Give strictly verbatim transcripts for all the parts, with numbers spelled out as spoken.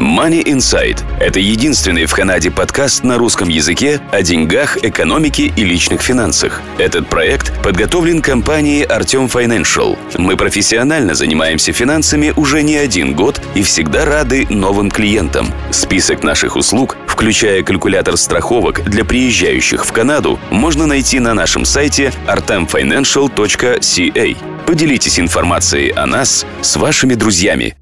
Money Insight – это единственный в Канаде подкаст на русском языке о деньгах, экономике и личных финансах. Этот проект подготовлен компанией Артем Financial. Мы профессионально занимаемся финансами уже не один год и всегда рады новым клиентам. Список наших услуг, включая калькулятор страховок для приезжающих в Канаду, можно найти на нашем сайте artem financial точка си эй. Поделитесь информацией о нас с вашими друзьями.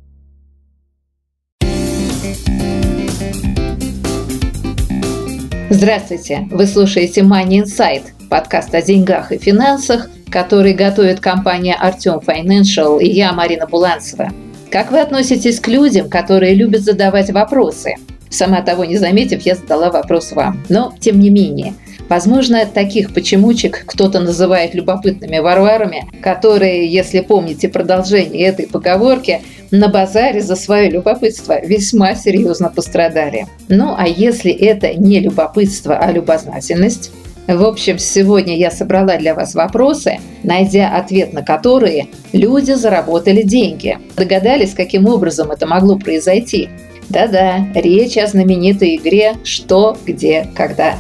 Здравствуйте! Вы слушаете Money Insight, подкаст о деньгах и финансах, который готовит компания Артем Financial и я, Марина Буланцева. Как вы относитесь к людям, которые любят задавать вопросы? Сама того не заметив, я задала вопрос вам. Но, тем не менее, возможно, таких почемучек кто-то называет любопытными варварами, которые, если помните продолжение этой поговорки, на базаре за свое любопытство весьма серьезно пострадали. Ну, а если это не любопытство, а любознательность? В общем, сегодня я собрала для вас вопросы, найдя ответ на которые люди заработали деньги. Догадались, каким образом это могло произойти? Да-да, речь о знаменитой игре «Что, где, когда».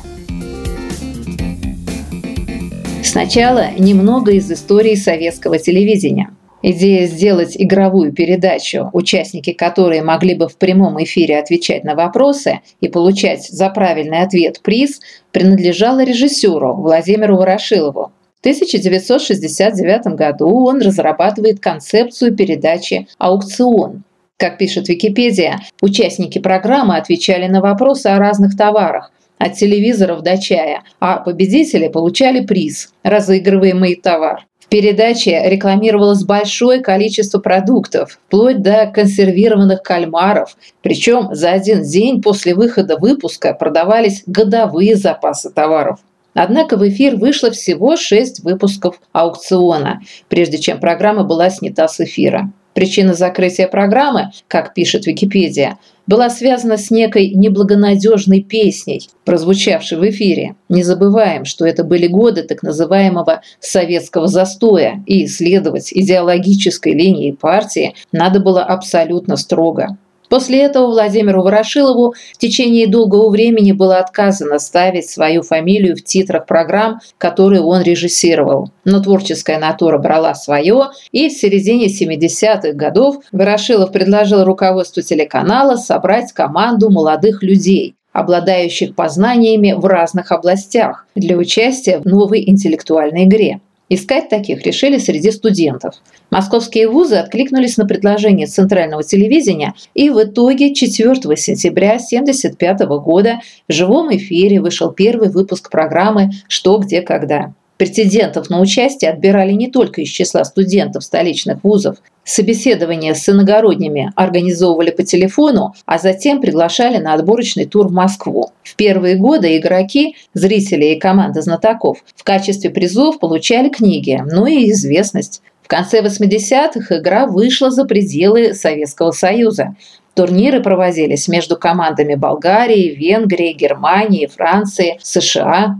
Сначала немного из истории советского телевидения. Идея сделать игровую передачу, участники которой могли бы в прямом эфире отвечать на вопросы и получать за правильный ответ приз, принадлежала режиссеру Владимиру Ворошилову. В тысяча девятьсот шестьдесят девятом году он разрабатывает концепцию передачи «Аукцион». Как пишет Википедия, участники программы отвечали на вопросы о разных товарах, от телевизоров до чая, а победители получали приз – разыгрываемый товар. В передаче рекламировалось большое количество продуктов, вплоть до консервированных кальмаров. Причем за один день после выхода выпуска продавались годовые запасы товаров. Однако в эфир вышло всего шесть выпусков «Аукциона», прежде чем программа была снята с эфира. Причина закрытия программы, как пишет Википедия, была связана с некой неблагонадежной песней, прозвучавшей в эфире. Не забываем, что это были годы так называемого советского застоя, и следовать идеологической линии партии надо было абсолютно строго. После этого Владимиру Ворошилову в течение долгого времени было отказано ставить свою фамилию в титрах программ, которые он режиссировал. Но творческая натура брала свое, и в середине семидесятых годов Ворошилов предложил руководству телеканала собрать команду молодых людей, обладающих познаниями в разных областях, для участия в новой интеллектуальной игре. Искать таких решили среди студентов. Московские вузы откликнулись на предложение Центрального телевидения, и в итоге четвёртого сентября тысяча девятьсот семьдесят пятого года в живом эфире вышел первый выпуск программы «Что, где, когда». Претендентов на участие отбирали не только из числа студентов столичных вузов. Собеседования с иногородними организовывали по телефону, а затем приглашали на отборочный тур в Москву. В первые годы игроки, зрители и команда знатоков в качестве призов получали книги, ну и известность. В конце восьмидесятых игра вышла за пределы Советского Союза. Турниры проводились между командами Болгарии, Венгрии, Германии, Франции, США.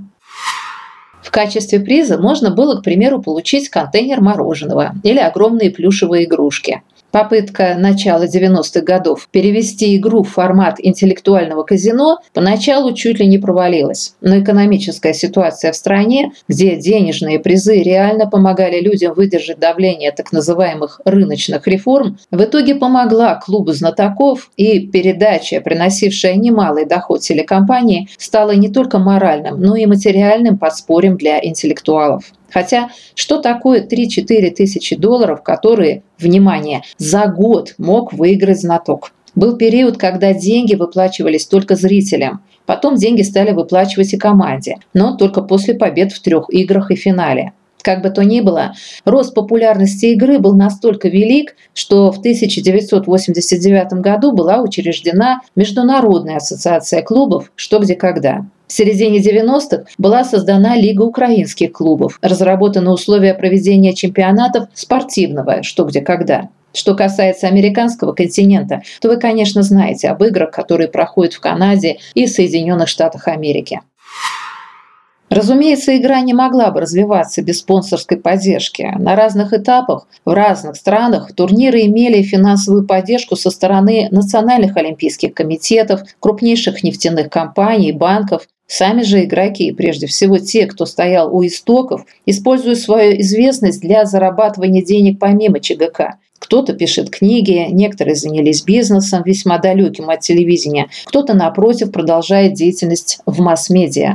В качестве приза можно было, к примеру, получить контейнер мороженого или огромные плюшевые игрушки. Попытка начала девяностых годов перевести игру в формат интеллектуального казино поначалу чуть ли не провалилась. Но экономическая ситуация в стране, где денежные призы реально помогали людям выдержать давление так называемых рыночных реформ, в итоге помогла клубу знатоков, и передача, приносившая немалый доход телекомпании, стала не только моральным, но и материальным подспорьем для интеллектуалов. Хотя, что такое три-четыре тысячи долларов, которые, внимание, за год мог выиграть знаток? Был период, когда деньги выплачивались только зрителям. Потом деньги стали выплачивать и команде, но только после побед в трех играх и финале. Как бы то ни было, рост популярности игры был настолько велик, что в тысяча девятьсот восемьдесят девятом году была учреждена Международная ассоциация клубов «Что, где, когда». В середине девяностых была создана Лига украинских клубов, разработаны условия проведения чемпионатов спортивного «Что, где, когда». Что касается американского континента, то вы, конечно, знаете об играх, которые проходят в Канаде и Соединенных Штатах Америки. Разумеется, игра не могла бы развиваться без спонсорской поддержки. На разных этапах, в разных странах турниры имели финансовую поддержку со стороны национальных олимпийских комитетов, крупнейших нефтяных компаний, банков. Сами же игроки, прежде всего те, кто стоял у истоков, используют свою известность для зарабатывания денег помимо ЧГК. Кто-то пишет книги, некоторые занялись бизнесом, весьма далеким от телевидения, кто-то, напротив, продолжает деятельность в масс-медиа.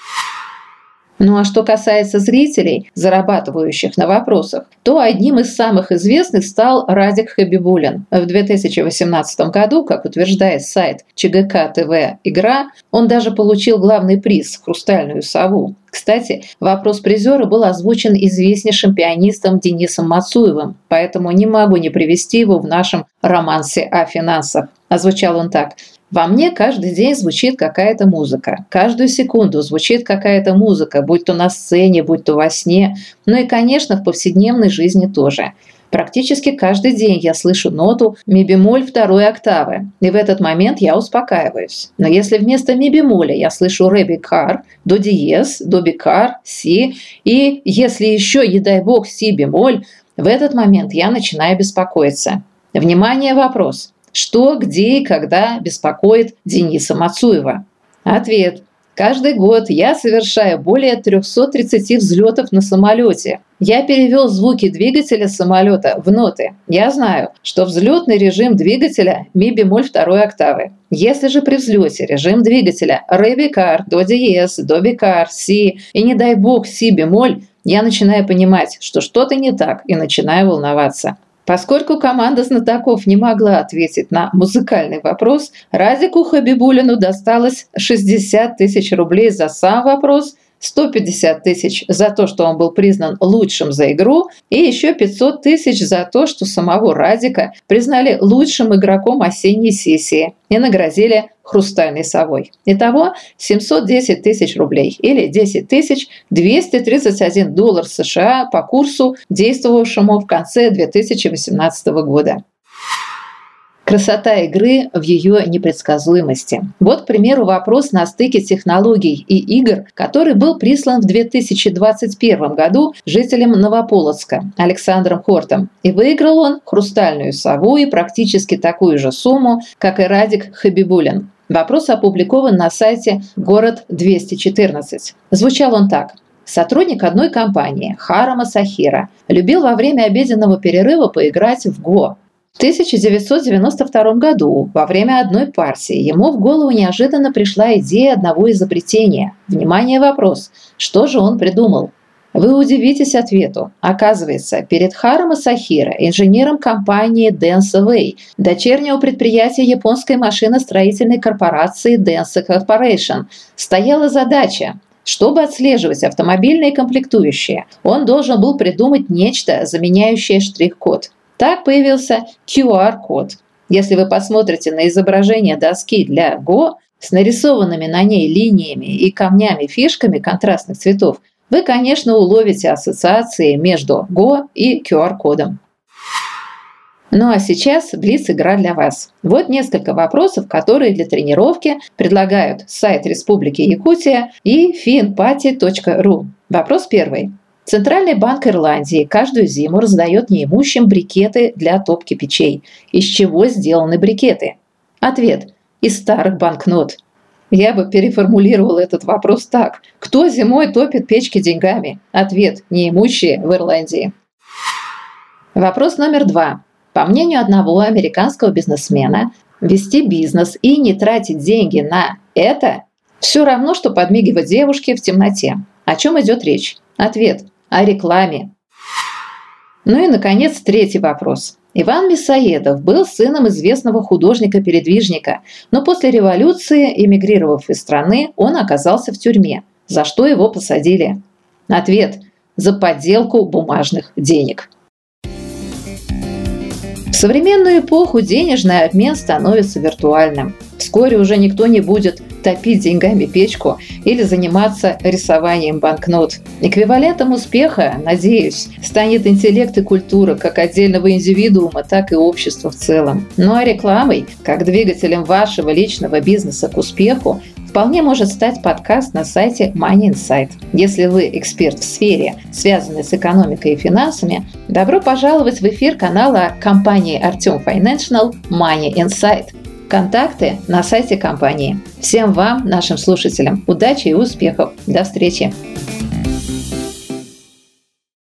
Ну а что касается зрителей, зарабатывающих на вопросах, то одним из самых известных стал Радик Хабибуллин. В две тысячи восемнадцатом году, как утверждает сайт ЧГК ТВ «Игра», он даже получил главный приз – «Хрустальную сову». Кстати, вопрос призера был озвучен известнейшим пианистом Денисом Мацуевым, поэтому не могу не привести его в нашем романсе о финансах. Озвучал он так: «Во мне каждый день звучит какая-то музыка. Каждую секунду звучит какая-то музыка, будь то на сцене, будь то во сне, ну и, конечно, в повседневной жизни тоже. Практически каждый день я слышу ноту ми-бемоль второй октавы, и в этот момент я успокаиваюсь. Но если вместо ми-бемоля я слышу ре-бикар, до-диез, до-бикар, си, и если еще, не дай бог, си-бемоль, в этот момент я начинаю беспокоиться. Внимание, вопрос. Что, где и когда беспокоит Дениса Мацуева? Ответ. Каждый год я совершаю более триста тридцать взлетов на самолете. Я перевел звуки двигателя самолета в ноты. Я знаю, что взлетный режим двигателя ми-бемоль второй октавы. Если же при взлете режим двигателя ре-бикар, до-диез, до-бикар, си и, не дай бог, си-бемоль, я начинаю понимать, что что-то не так, и начинаю волноваться. Поскольку команда знатоков не могла ответить на музыкальный вопрос, Радику Хабибуллину досталось шестьдесят тысяч рублей за сам вопрос, сто пятьдесят тысяч за то, что он был признан лучшим за игру, и еще пятьсот тысяч за то, что самого Радика признали лучшим игроком осенней сессии и наградили хрустальной совой. Итого семьсот десять тысяч рублей или десять тысяч двести тридцать один доллар США по курсу, действовавшему в конце две тысячи восемнадцатого года. Красота игры в ее непредсказуемости. Вот, к примеру, вопрос на стыке технологий и игр, который был прислан в две тысячи двадцать первом году жителем Новополоцка Александром Хортом. И выиграл он хрустальную сову и практически такую же сумму, как и Радик Хабибуллин. Вопрос опубликован на сайте город двести четырнадцать. Звучал он так. Сотрудник одной компании, Хара Масахира, любил во время обеденного перерыва поиграть в Го. В тысяча девятьсот девяносто втором году, во время одной партии, ему в голову неожиданно пришла идея одного изобретения. Внимание, вопрос. Что же он придумал? Вы удивитесь ответу. Оказывается, перед Хара Масахира, инженером компании Denso Way, дочернего предприятия японской машиностроительной корпорации Denso Corporation, стояла задача. Чтобы отслеживать автомобильные комплектующие, он должен был придумать нечто, заменяющее штрих-код. Так появился ку ар-код. Если вы посмотрите на изображение доски для Го с нарисованными на ней линиями и камнями-фишками контрастных цветов, вы, конечно, уловите ассоциации между Го и ку ар-кодом. Ну а сейчас блиц-игра для вас. Вот несколько вопросов, которые для тренировки предлагают сайт Республики Якутия и финпати точка ру. Вопрос первый. Центральный банк Ирландии каждую зиму раздает неимущим брикеты для топки печей. Из чего сделаны брикеты? Ответ. Из старых банкнот. Я бы переформулировал этот вопрос так. Кто зимой топит печки деньгами? Ответ. Неимущие в Ирландии. Вопрос номер два. По мнению одного американского бизнесмена, вести бизнес и не тратить деньги на это все равно, что подмигивать девушке в темноте. О чем идет речь? Ответ. О рекламе. Ну и, наконец, третий вопрос. Иван Мясоедов был сыном известного художника-передвижника, но после революции, эмигрировав из страны, он оказался в тюрьме. За что его посадили? Ответ. За подделку бумажных денег. В современную эпоху денежный обмен становится виртуальным. Вскоре уже никто не будет топить деньгами печку или заниматься рисованием банкнот. Эквивалентом успеха, надеюсь, станет интеллект и культура как отдельного индивидуума, так и общества в целом. Ну а рекламой, как двигателем вашего личного бизнеса к успеху, в вполне может стать подкаст на сайте Money Insight. Если вы эксперт в сфере, связанной с экономикой и финансами, добро пожаловать в эфир канала компании Артем Financial Money Insight. Контакты на сайте компании. Всем вам, нашим слушателям, удачи и успехов. До встречи!